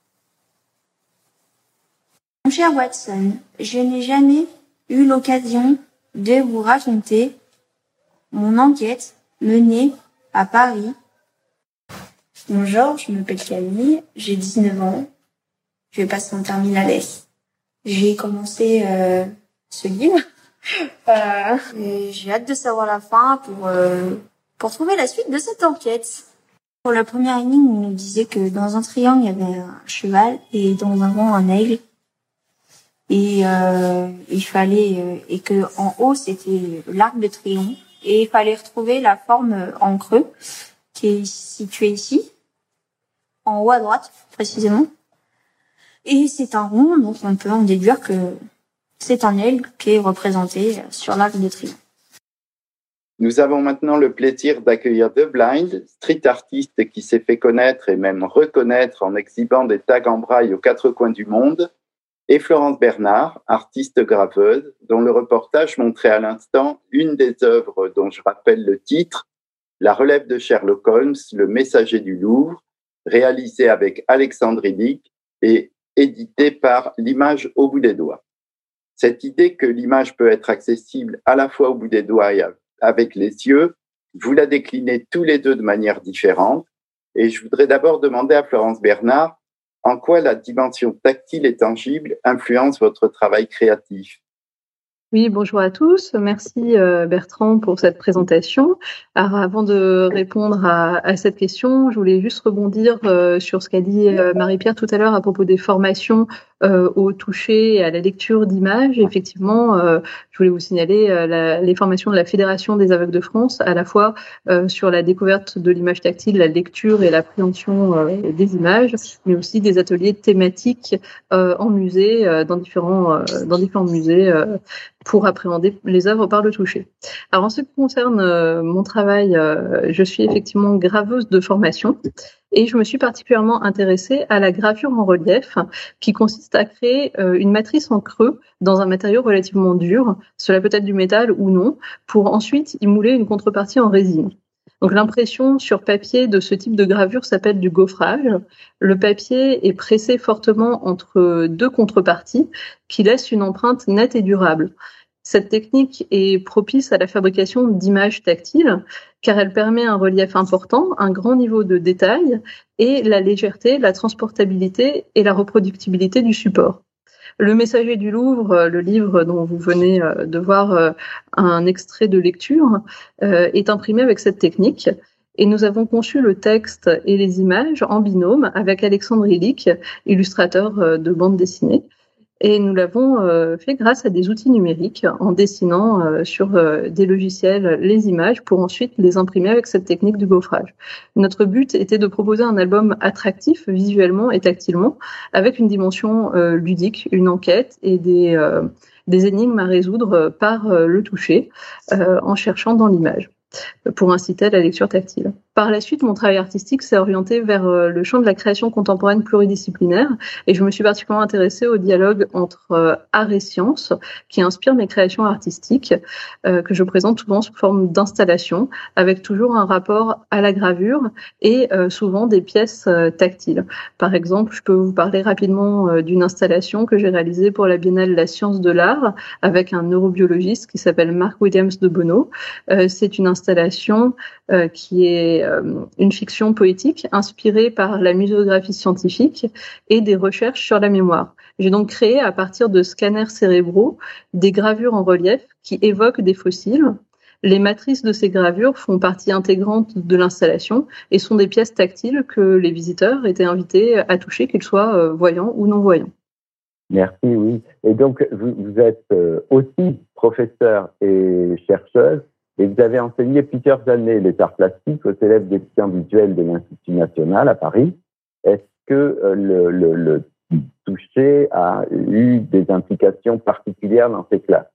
Mon cher Watson, je n'ai jamais eu l'occasion de vous raconter mon enquête menée à Paris. Bonjour, je m'appelle Camille, j'ai 19 ans, je vais passer en terminale S. J'ai commencé ce livre et j'ai hâte de savoir la fin pour trouver la suite de cette enquête. Pour la première énigme, on nous disait que dans un triangle, il y avait un cheval et dans un rond, un aigle. Et il fallait et que en haut c'était l'arc de triomphe et il fallait retrouver la forme en creux qui est située ici, en haut à droite précisément. Et c'est un rond, donc on peut en déduire que c'est un aigle qui est représenté sur l'arc de triomphe. Nous avons maintenant le plaisir d'accueillir The Blind, street artiste qui s'est fait connaître et même reconnaître en exhibant des tags en braille aux quatre coins du monde, et Florence Bernard, artiste graveuse, dont le reportage montrait à l'instant une des œuvres dont je rappelle le titre, La relève de Sherlock Holmes, le messager du Louvre, réalisé avec Alexandre Illich et édité par l'image au bout des doigts. Cette idée que l'image peut être accessible à la fois au bout des doigts et avec les yeux, vous la déclinez tous les deux de manière différente. Et je voudrais d'abord demander à Florence Bernard en quoi la dimension tactile et tangible influence votre travail créatif. Oui, bonjour à tous. Merci Bertrand pour cette présentation. Alors, avant de répondre à cette question, je voulais juste rebondir sur ce qu'a dit Marie-Pierre tout à l'heure à propos des formations au toucher et à la lecture d'images. Effectivement, je voulais vous signaler les formations de la Fédération des aveugles de France, à la fois sur la découverte de l'image tactile, la lecture et l'appréhension des images, mais aussi des ateliers thématiques en musée, dans différents musées, pour appréhender les œuvres par le toucher. Alors, en ce qui concerne mon travail, je suis effectivement graveuse de formation et je me suis particulièrement intéressée à la gravure en relief qui consiste à créer une matrice en creux dans un matériau relativement dur, cela peut être du métal ou non, pour ensuite y mouler une contrepartie en résine. Donc l'impression sur papier de ce type de gravure s'appelle du gaufrage. Le papier est pressé fortement entre deux contreparties qui laissent une empreinte nette et durable. Cette technique est propice à la fabrication d'images tactiles car elle permet un relief important, un grand niveau de détail et la légèreté, la transportabilité et la reproductibilité du support. Le messager du Louvre, le livre dont vous venez de voir un extrait de lecture, est imprimé avec cette technique. Et nous avons conçu le texte et les images en binôme avec Alexandre Illich, illustrateur de bande dessinée. Et nous l'avons fait grâce à des outils numériques en dessinant sur des logiciels les images pour ensuite les imprimer avec cette technique du gaufrage. Notre but était de proposer un album attractif visuellement et tactilement avec une dimension ludique, une enquête et des énigmes à résoudre par le toucher en cherchant dans l'image pour inciter à la lecture tactile. Par la suite, mon travail artistique s'est orienté vers le champ de la création contemporaine pluridisciplinaire et je me suis particulièrement intéressée au dialogue entre art et science qui inspire mes créations artistiques que je présente souvent sous forme d'installation avec toujours un rapport à la gravure et souvent des pièces tactiles. Par exemple, je peux vous parler rapidement d'une installation que j'ai réalisée pour la Biennale La Science de l'Art avec un neurobiologiste qui s'appelle Mark Williams de Bono. C'est une installation qui est une fiction poétique inspirée par la muséographie scientifique et des recherches sur la mémoire. J'ai donc créé à partir de scanners cérébraux des gravures en relief qui évoquent des fossiles. Les matrices de ces gravures font partie intégrante de l'installation et sont des pièces tactiles que les visiteurs étaient invités à toucher, qu'ils soient voyants ou non-voyants. Merci, oui. Et donc, vous êtes aussi professeur et chercheuse. Et vous avez enseigné plusieurs années les arts plastiques aux élèves déficients visuels de l'Institut national à Paris. Est-ce que le toucher a eu des implications particulières dans ces classes?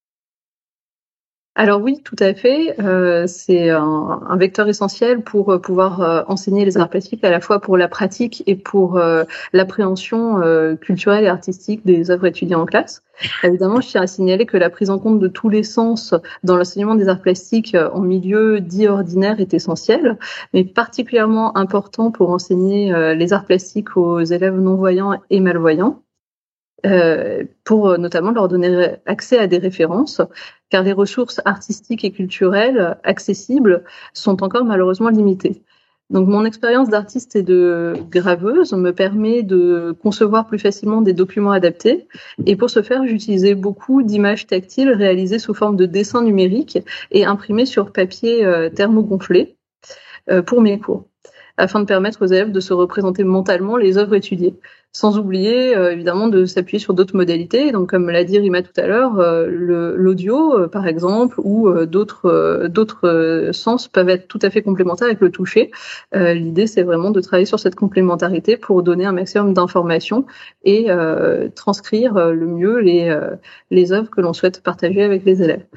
Alors oui, tout à fait. C'est un vecteur essentiel pour pouvoir enseigner les arts plastiques, à la fois pour la pratique et pour l'appréhension culturelle et artistique des œuvres étudiées en classe. Évidemment, je tiens à signaler que la prise en compte de tous les sens dans l'enseignement des arts plastiques en milieu dit ordinaire est essentielle, mais particulièrement important pour enseigner les arts plastiques aux élèves non-voyants et malvoyants. Pour notamment leur donner accès à des références, car les ressources artistiques et culturelles accessibles sont encore malheureusement limitées. Donc mon expérience d'artiste et de graveuse me permet de concevoir plus facilement des documents adaptés, et pour ce faire, j'utilisais beaucoup d'images tactiles réalisées sous forme de dessins numériques et imprimées sur papier thermogonflé pour mes cours, afin de permettre aux élèves de se représenter mentalement les œuvres étudiées, sans oublier évidemment de s'appuyer sur d'autres modalités. Donc, comme l'a dit Rima tout à l'heure, l'audio, par exemple, ou d'autres sens peuvent être tout à fait complémentaires avec le toucher. L'idée, c'est vraiment de travailler sur cette complémentarité pour donner un maximum d'informations et transcrire le mieux les œuvres que l'on souhaite partager avec les élèves.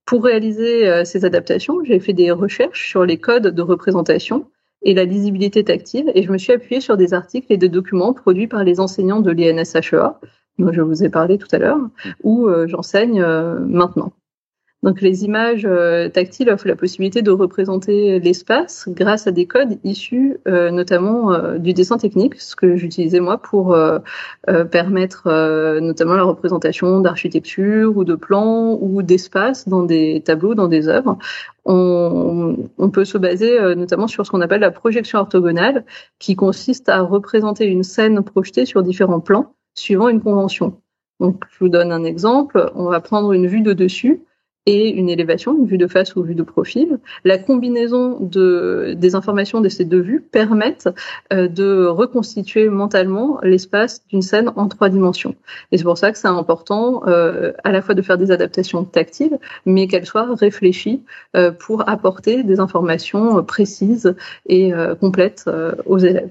Pour réaliser ces adaptations, j'ai fait des recherches sur les codes de représentation et la lisibilité tactile, et je me suis appuyée sur des articles et des documents produits par les enseignants de l'INSHEA, dont je vous ai parlé tout à l'heure, où j'enseigne maintenant. Donc les images tactiles offrent la possibilité de représenter l'espace grâce à des codes issus notamment du dessin technique, ce que j'utilisais moi pour permettre notamment la représentation d'architecture ou de plans ou d'espace dans des tableaux, dans des œuvres. On peut se baser notamment sur ce qu'on appelle la projection orthogonale, qui consiste à représenter une scène projetée sur différents plans suivant une convention. Donc je vous donne un exemple, on va prendre une vue de dessus et une élévation, une vue de face ou vue de profil. La combinaison des informations de ces deux vues permettent de reconstituer mentalement l'espace d'une scène en 3 dimensions. Et c'est pour ça que c'est important à la fois de faire des adaptations tactiles, mais qu'elles soient réfléchies pour apporter des informations précises et complètes aux élèves.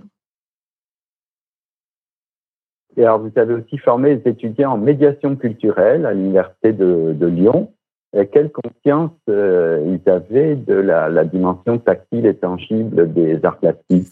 Et alors, vous avez aussi formé les étudiants en médiation culturelle à l'Université de Lyon. Quelle conscience ils avaient de la dimension tactile et tangible des arts plastiques?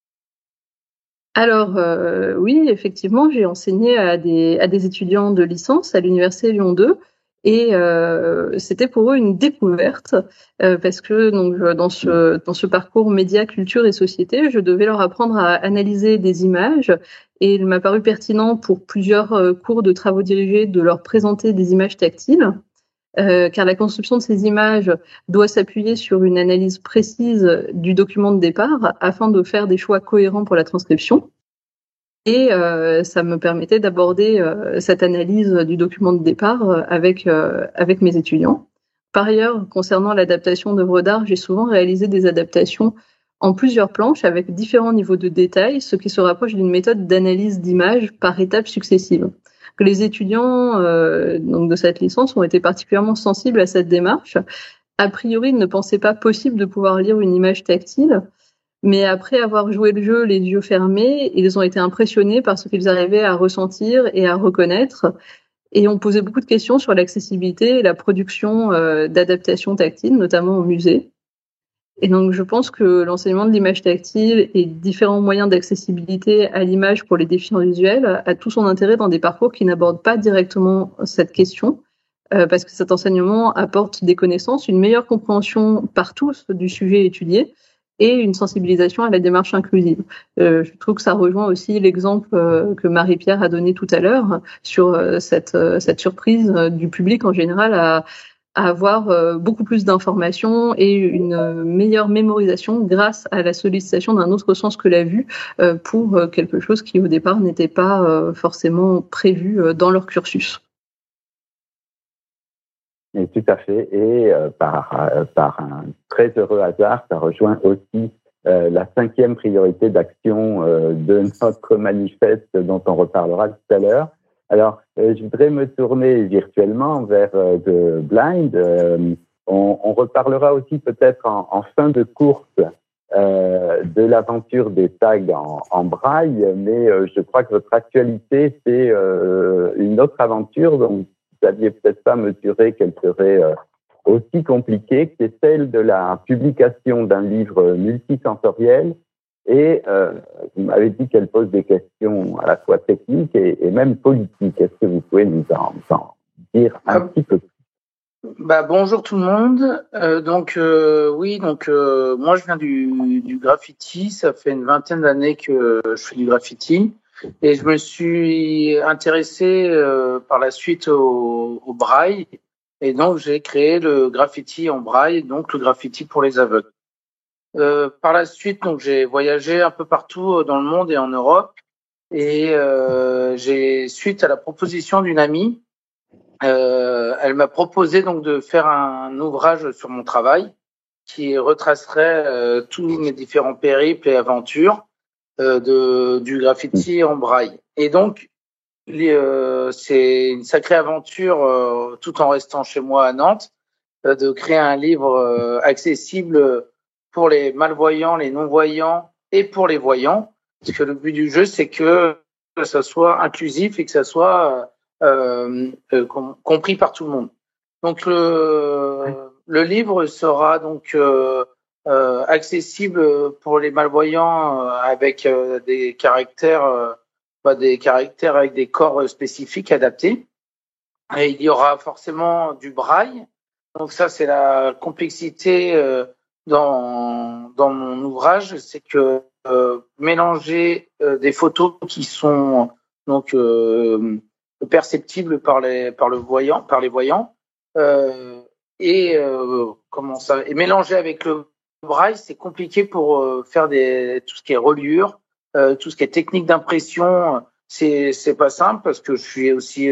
Alors oui, effectivement, j'ai enseigné à des étudiants de licence à l'Université Lyon 2 et c'était pour eux une découverte parce que donc dans ce parcours médias, culture et société, je devais leur apprendre à analyser des images et il m'a paru pertinent pour plusieurs cours de travaux dirigés de leur présenter des images tactiles. Car la construction de ces images doit s'appuyer sur une analyse précise du document de départ afin de faire des choix cohérents pour la transcription. Et ça me permettait d'aborder cette analyse du document de départ avec mes étudiants. Par ailleurs, concernant l'adaptation d'œuvres d'art, j'ai souvent réalisé des adaptations en plusieurs planches avec différents niveaux de détail, ce qui se rapproche d'une méthode d'analyse d'images par étapes successives. Que les étudiants donc de cette licence ont été particulièrement sensibles à cette démarche. A priori, ils ne pensaient pas possible de pouvoir lire une image tactile, mais après avoir joué le jeu les yeux fermés, ils ont été impressionnés par ce qu'ils arrivaient à ressentir et à reconnaître. Et on posait beaucoup de questions sur l'accessibilité et la production d'adaptations tactiles, notamment au musée. Et donc, je pense que l'enseignement de l'image tactile et différents moyens d'accessibilité à l'image pour les déficients visuels a tout son intérêt dans des parcours qui n'abordent pas directement cette question, parce que cet enseignement apporte des connaissances, une meilleure compréhension par tous du sujet étudié et une sensibilisation à la démarche inclusive. Je trouve que ça rejoint aussi l'exemple que Marie-Pierre a donné tout à l'heure sur cette surprise du public en général à avoir beaucoup plus d'informations et une meilleure mémorisation grâce à la sollicitation d'un autre sens que la vue pour quelque chose qui au départ n'était pas forcément prévu dans leur cursus. Et tout à fait. Et par un très heureux hasard, ça rejoint aussi la 5e priorité d'action de notre manifeste dont on reparlera tout à l'heure. Alors, je voudrais me tourner virtuellement vers The Blind. On reparlera aussi peut-être en fin de course de l'aventure des tags en braille, mais je crois que votre actualité, c'est une autre aventure dont vous n'aviez peut-être pas mesuré qu'elle serait aussi compliquée, qui est celle de la publication d'un livre multisensoriel. Et vous m'avez dit qu'elle pose des questions à la fois techniques et même politiques. Est-ce que vous pouvez nous en dire un petit peu plus? Bonjour tout le monde. Moi je viens du graffiti. Ça fait une 20aine d'années que je fais du graffiti et je me suis intéressé par la suite au braille et donc j'ai créé le graffiti en braille, donc le graffiti pour les aveugles. Par la suite, donc j'ai voyagé un peu partout dans le monde et en Europe, et suite à la proposition d'une amie, elle m'a proposé donc de faire un ouvrage sur mon travail qui retracerait tous mes différents périples et aventures du graffiti en braille. Et donc c'est une sacrée aventure, tout en restant chez moi à Nantes, de créer un livre accessible pour les malvoyants, les non-voyants et pour les voyants, parce que le but du jeu, c'est que ça soit inclusif et que ça soit compris par tout le monde. Donc le livre sera donc accessible pour les malvoyants avec des caractères avec des corps spécifiques adaptés. Et il y aura forcément du braille. Donc ça, c'est la complexité dans mon ouvrage, c'est que mélanger des photos qui sont donc perceptibles par les voyants et mélanger avec le braille, c'est compliqué pour faire tout ce qui est reliure, tout ce qui est technique d'impression. C'est pas simple parce que je suis aussi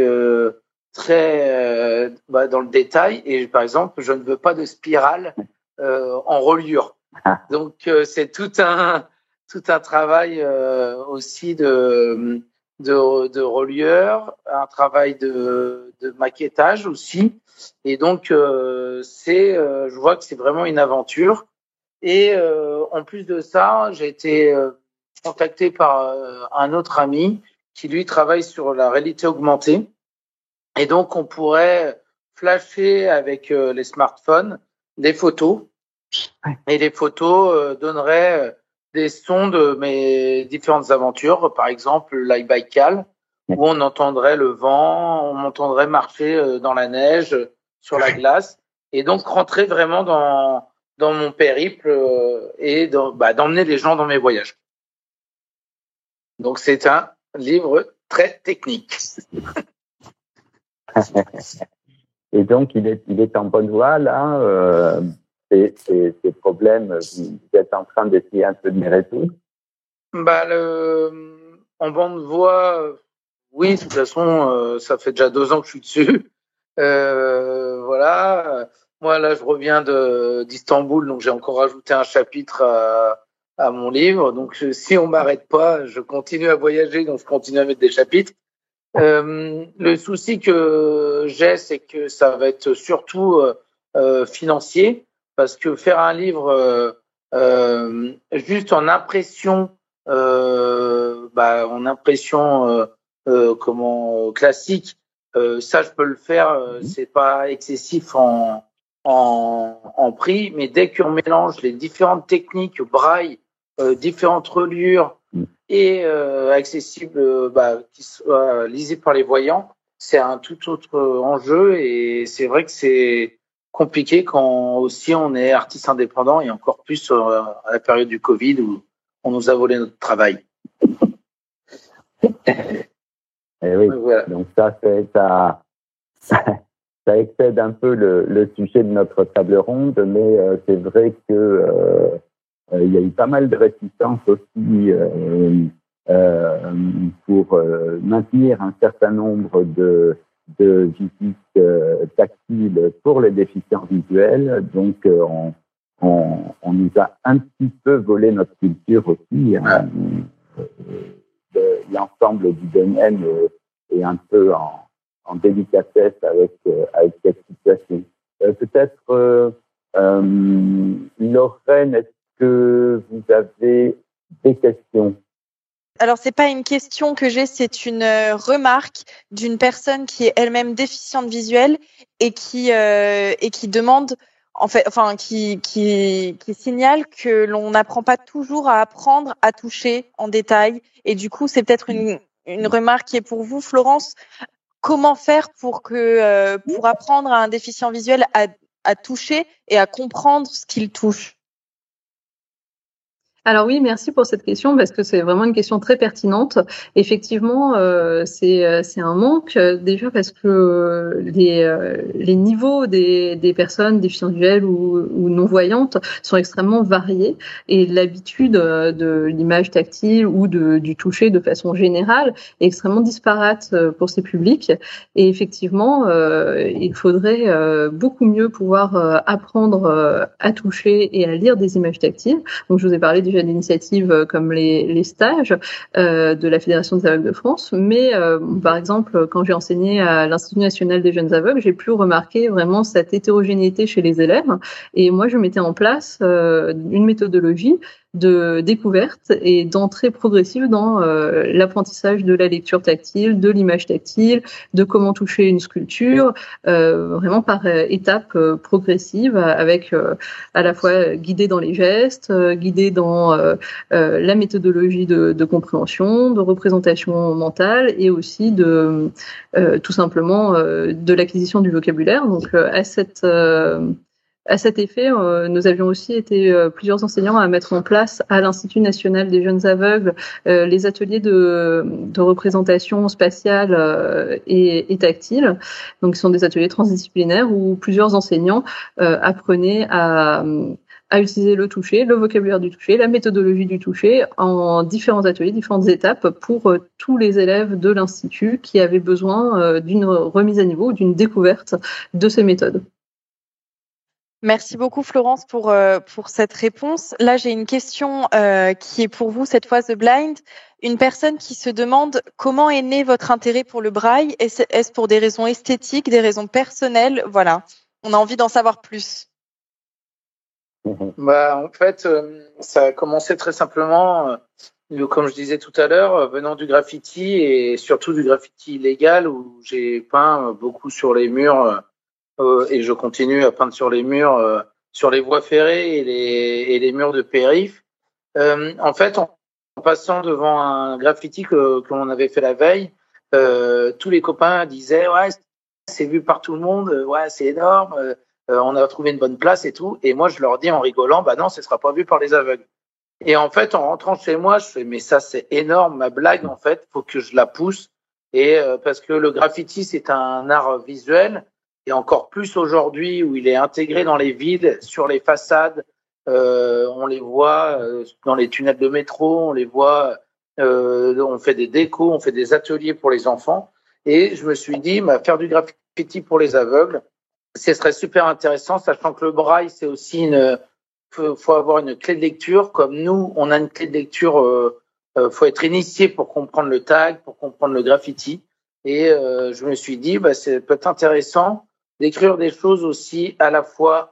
très dans le détail et par exemple je ne veux pas de spirale en reliure. Donc c'est tout un travail aussi de relieur, un travail de maquettage aussi. Et donc je vois que c'est vraiment une aventure. Et en plus de ça, j'ai été contacté par un autre ami qui lui travaille sur la réalité augmentée. Et donc, on pourrait flasher avec les smartphones des photos. Et les photos donneraient des sons de mes différentes aventures. Par exemple, l'Aïbaïkal, où on entendrait le vent, on m'entendrait marcher dans la neige, sur la glace. Et donc, rentrer vraiment dans mon périple et d'emmener les gens dans mes voyages. Donc, c'est un livre très technique. Et donc, il est en bonne voie, là. Ces problèmes, vous êtes en train d'essayer un peu de les résoudre? En bonne voie, oui, de toute façon, ça fait déjà 2 ans que je suis dessus. Voilà. Moi, là, je reviens d'Istanbul, donc j'ai encore rajouté un chapitre à mon livre. Donc, si on m'arrête pas, je continue à voyager, donc je continue à mettre des chapitres. Le souci que j'ai, c'est que ça va être surtout financier, parce que faire un livre juste en impression, classique, ça je peux le faire. C'est pas excessif en prix, mais dès qu'on mélange les différentes techniques, braille, différentes reliures et accessible, qui soit lisible par les voyants, c'est un tout autre enjeu et c'est vrai que c'est compliqué quand aussi on est artiste indépendant et encore plus à la période du Covid où on nous a volé notre travail. Et oui, voilà. Donc ça excède un peu le sujet de notre table ronde, mais c'est vrai que il y a eu pas mal de réticence aussi pour maintenir un certain nombre de visites tactiles pour les déficients visuels. Donc, on nous a un petit peu volé notre culture aussi. L'ensemble du domaine est un peu en délicatesse avec cette situation. Peut-être, Lorraine, est-ce que vous avez des questions? Alors, c'est pas une question que j'ai, c'est une remarque d'une personne qui est elle-même déficiente visuelle et qui demande, qui signale que l'on n'apprend pas toujours à apprendre à toucher en détail. Et du coup, c'est peut-être une remarque qui est pour vous, Florence. Comment faire pour apprendre à un déficient visuel à toucher et à comprendre ce qu'il touche? Alors oui, merci pour cette question parce que c'est vraiment une question très pertinente. Effectivement, c'est un manque déjà parce que les niveaux des personnes déficientes visuelles ou non voyantes sont extrêmement variés et l'habitude de l'image tactile ou du toucher de façon générale est extrêmement disparate pour ces publics. Et effectivement, il faudrait beaucoup mieux pouvoir apprendre à toucher et à lire des images tactiles. Donc je vous ai parlé d'initiatives comme les stages de la Fédération des aveugles de France, mais par exemple, quand j'ai enseigné à l'Institut national des jeunes aveugles, j'ai pu remarquer vraiment cette hétérogénéité chez les élèves. Et moi, je mettais en place une méthodologie de découverte et d'entrée progressive dans l'apprentissage de la lecture tactile, de l'image tactile, de comment toucher une sculpture, vraiment par étapes progressives, avec à la fois guidé dans les gestes, guidé dans la méthodologie de compréhension, de représentation mentale et aussi de tout simplement de l'acquisition du vocabulaire. Donc à cet effet, nous avions aussi été plusieurs enseignants à mettre en place à l'Institut national des jeunes aveugles les ateliers de représentation spatiale et tactile. Donc, ce sont des ateliers transdisciplinaires où plusieurs enseignants apprenaient à utiliser le toucher, le vocabulaire du toucher, la méthodologie du toucher en différents ateliers, différentes étapes pour tous les élèves de l'Institut qui avaient besoin d'une remise à niveau, d'une découverte de ces méthodes. Merci beaucoup Florence pour cette réponse. Là, j'ai une question qui est pour vous cette fois The Blind. Une personne qui se demande comment est né votre intérêt pour le braille. Est-ce pour des raisons esthétiques, des raisons personnelles? Voilà, on a envie d'en savoir plus. En fait, ça a commencé très simplement, comme je disais tout à l'heure, venant du graffiti et surtout du graffiti illégal où j'ai peint beaucoup sur les murs. Et je continue à peindre sur les murs, sur les voies ferrées et les murs de périph'. En fait, en passant devant un graffiti que l'on avait fait la veille, tous les copains disaient ouais, c'est vu par tout le monde, ouais, c'est énorme, on a trouvé une bonne place et tout. Et moi, je leur dis en rigolant, bah non, ce sera pas vu par les aveugles. Et en fait, en rentrant chez moi, je fais mais ça c'est énorme, ma blague en fait, faut que je la pousse. Et parce que le graffiti c'est un art visuel. Et encore plus aujourd'hui où il est intégré dans les villes, sur les façades, on les voit dans les tunnels de métro, on les voit, on fait des décos, on fait des ateliers pour les enfants. Et je me suis dit, faire du graffiti pour les aveugles, ce serait super intéressant, sachant que le braille, c'est aussi faut avoir une clé de lecture. Comme nous, on a une clé de lecture, faut être initié pour comprendre le tag, pour comprendre le graffiti. Et je me suis dit, c'est peut-être intéressant d'écrire des choses aussi à la fois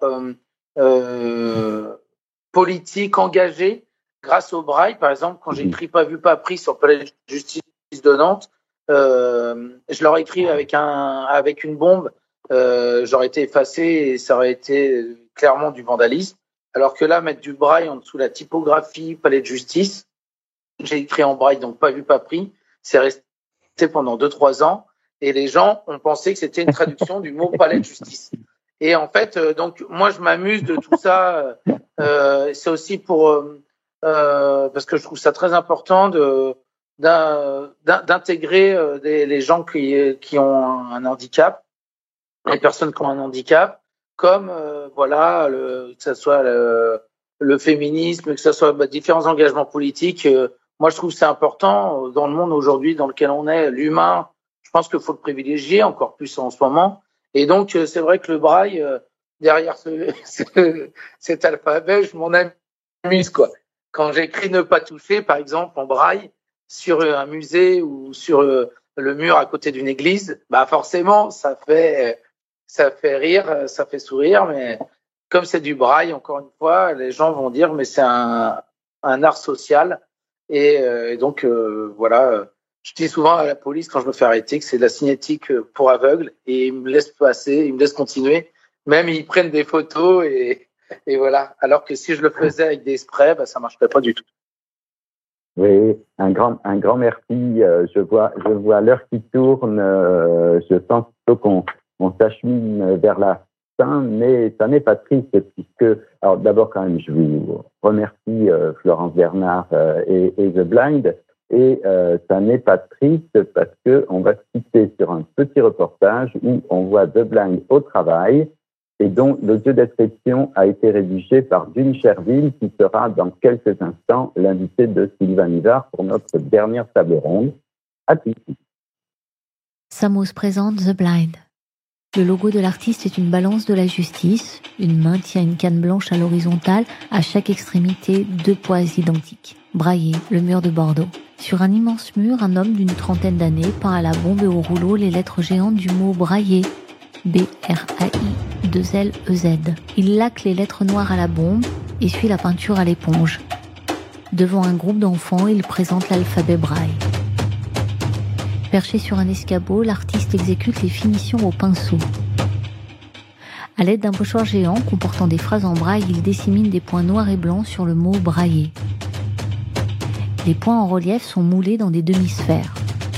politiques, engagées, grâce au braille. Par exemple, quand j'écris Pas vu, pas pris sur le palais de justice de Nantes, je l'aurais écrit avec une bombe, j'aurais été effacé et ça aurait été clairement du vandalisme. Alors que là, mettre du braille en dessous la typographie, palais de justice, j'ai écrit en braille, donc Pas vu, pas pris, c'est resté pendant 2-3 ans. Et les gens ont pensé que c'était une traduction du mot palais de justice. Et en fait, donc moi je m'amuse de tout ça. C'est aussi pour parce que je trouve ça très important d'intégrer les gens qui ont un handicap, les personnes qui ont un handicap, comme que ce soit le féminisme, que ce soit différents engagements politiques. Moi je trouve que c'est important dans le monde aujourd'hui dans lequel on est, l'humain. Je pense qu'il faut le privilégier encore plus en ce moment. Et donc, c'est vrai que le braille, derrière cet alphabet, je m'en amuse, quoi. Quand j'écris ne pas toucher, par exemple, en braille, sur un musée ou sur le mur à côté d'une église, forcément, ça fait rire, ça fait sourire, mais comme c'est du braille, encore une fois, les gens vont dire, mais c'est un art social. Et donc, voilà. Je dis souvent à la police quand je me fais arrêter que c'est de la signalétique pour aveugles et ils me laissent passer, ils me laissent continuer. Même ils prennent des photos et voilà. Alors que si je le faisais avec des sprays, ça marcherait pas du tout. Oui, un grand merci. Je vois l'heure qui tourne. Je pense qu'on s'achemine vers la fin, mais ça n'est pas triste puisque, alors d'abord quand même, je vous remercie Florence Bernard et The Blind. Et ça n'est pas triste parce que on va se quitter sur un petit reportage où on voit The Blind au travail et dont l'audio description a été rédigé par June Cherville qui sera dans quelques instants l'invité de Sylvain Nivard pour notre dernière table ronde. À tout de suite. Samos présente The Blind. Le logo de l'artiste est une balance de la justice. Une main tient une canne blanche à l'horizontale, à chaque extrémité 2 poids identiques. Braillé, le mur de Bordeaux. Sur un immense mur, un homme d'une trentaine d'années peint à la bombe et au rouleau les lettres géantes du mot braillé. B-R-A-I-2-L-E-Z. Il laque les lettres noires à la bombe et suit la peinture à l'éponge. Devant un groupe d'enfants, il présente l'alphabet braille. Perché sur un escabeau, l'artiste exécute les finitions au pinceau. À l'aide d'un pochoir géant comportant des phrases en braille, il dissémine des points noirs et blancs sur le mot braillé. Les points en relief sont moulés dans des demi-sphères.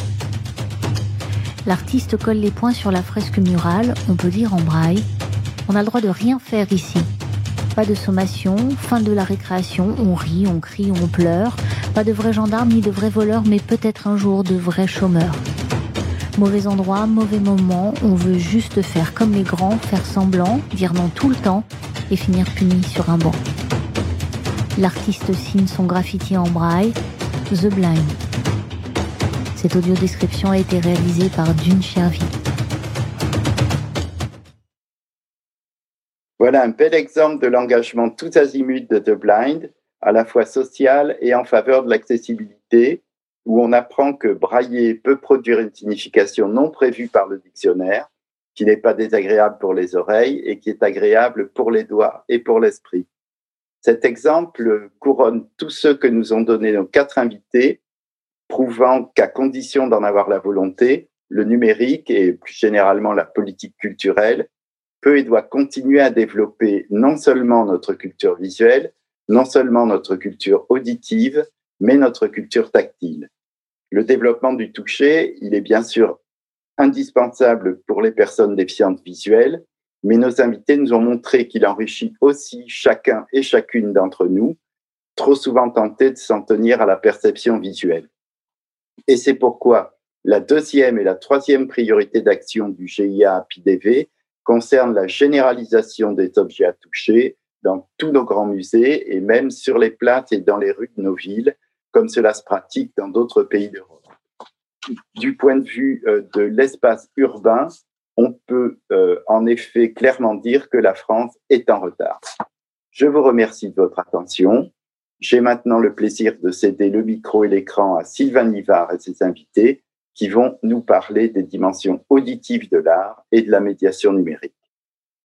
L'artiste colle les points sur la fresque murale, on peut lire en braille « On a le droit de rien faire ici. Pas de sommation, fin de la récréation, on rit, on crie, on pleure. Pas de vrais gendarmes ni de vrais voleurs, mais peut-être un jour de vrais chômeurs. Mauvais endroit, mauvais moment, on veut juste faire comme les grands, faire semblant, dire non tout le temps et finir puni sur un banc. » L'artiste signe son graffiti en braille « The Blind ». Cette audio-description a été réalisée par Dune Chervy. Voilà un bel exemple de l'engagement tout azimut de The Blind, à la fois social et en faveur de l'accessibilité, où on apprend que brailler peut produire une signification non prévue par le dictionnaire, qui n'est pas désagréable pour les oreilles et qui est agréable pour les doigts et pour l'esprit. Cet exemple couronne tous ceux que nous ont donnés nos 4 invités, prouvant qu'à condition d'en avoir la volonté, le numérique et plus généralement la politique culturelle peut et doit continuer à développer non seulement notre culture visuelle, non seulement notre culture auditive, mais notre culture tactile. Le développement du toucher, il est bien sûr indispensable pour les personnes déficientes visuelles, mais nos invités nous ont montré qu'il enrichit aussi chacun et chacune d'entre nous, trop souvent tentés de s'en tenir à la perception visuelle. Et c'est pourquoi la 2e et la 3e priorité d'action du GIA API-DV concerne la généralisation des objets à toucher dans tous nos grands musées et même sur les places et dans les rues de nos villes, comme cela se pratique dans d'autres pays d'Europe. Du point de vue de l'espace urbain, on peut en effet clairement dire que la France est en retard. Je vous remercie de votre attention. J'ai maintenant le plaisir de céder le micro et l'écran à Sylvain Nivard et ses invités qui vont nous parler des dimensions auditives de l'art et de la médiation numérique.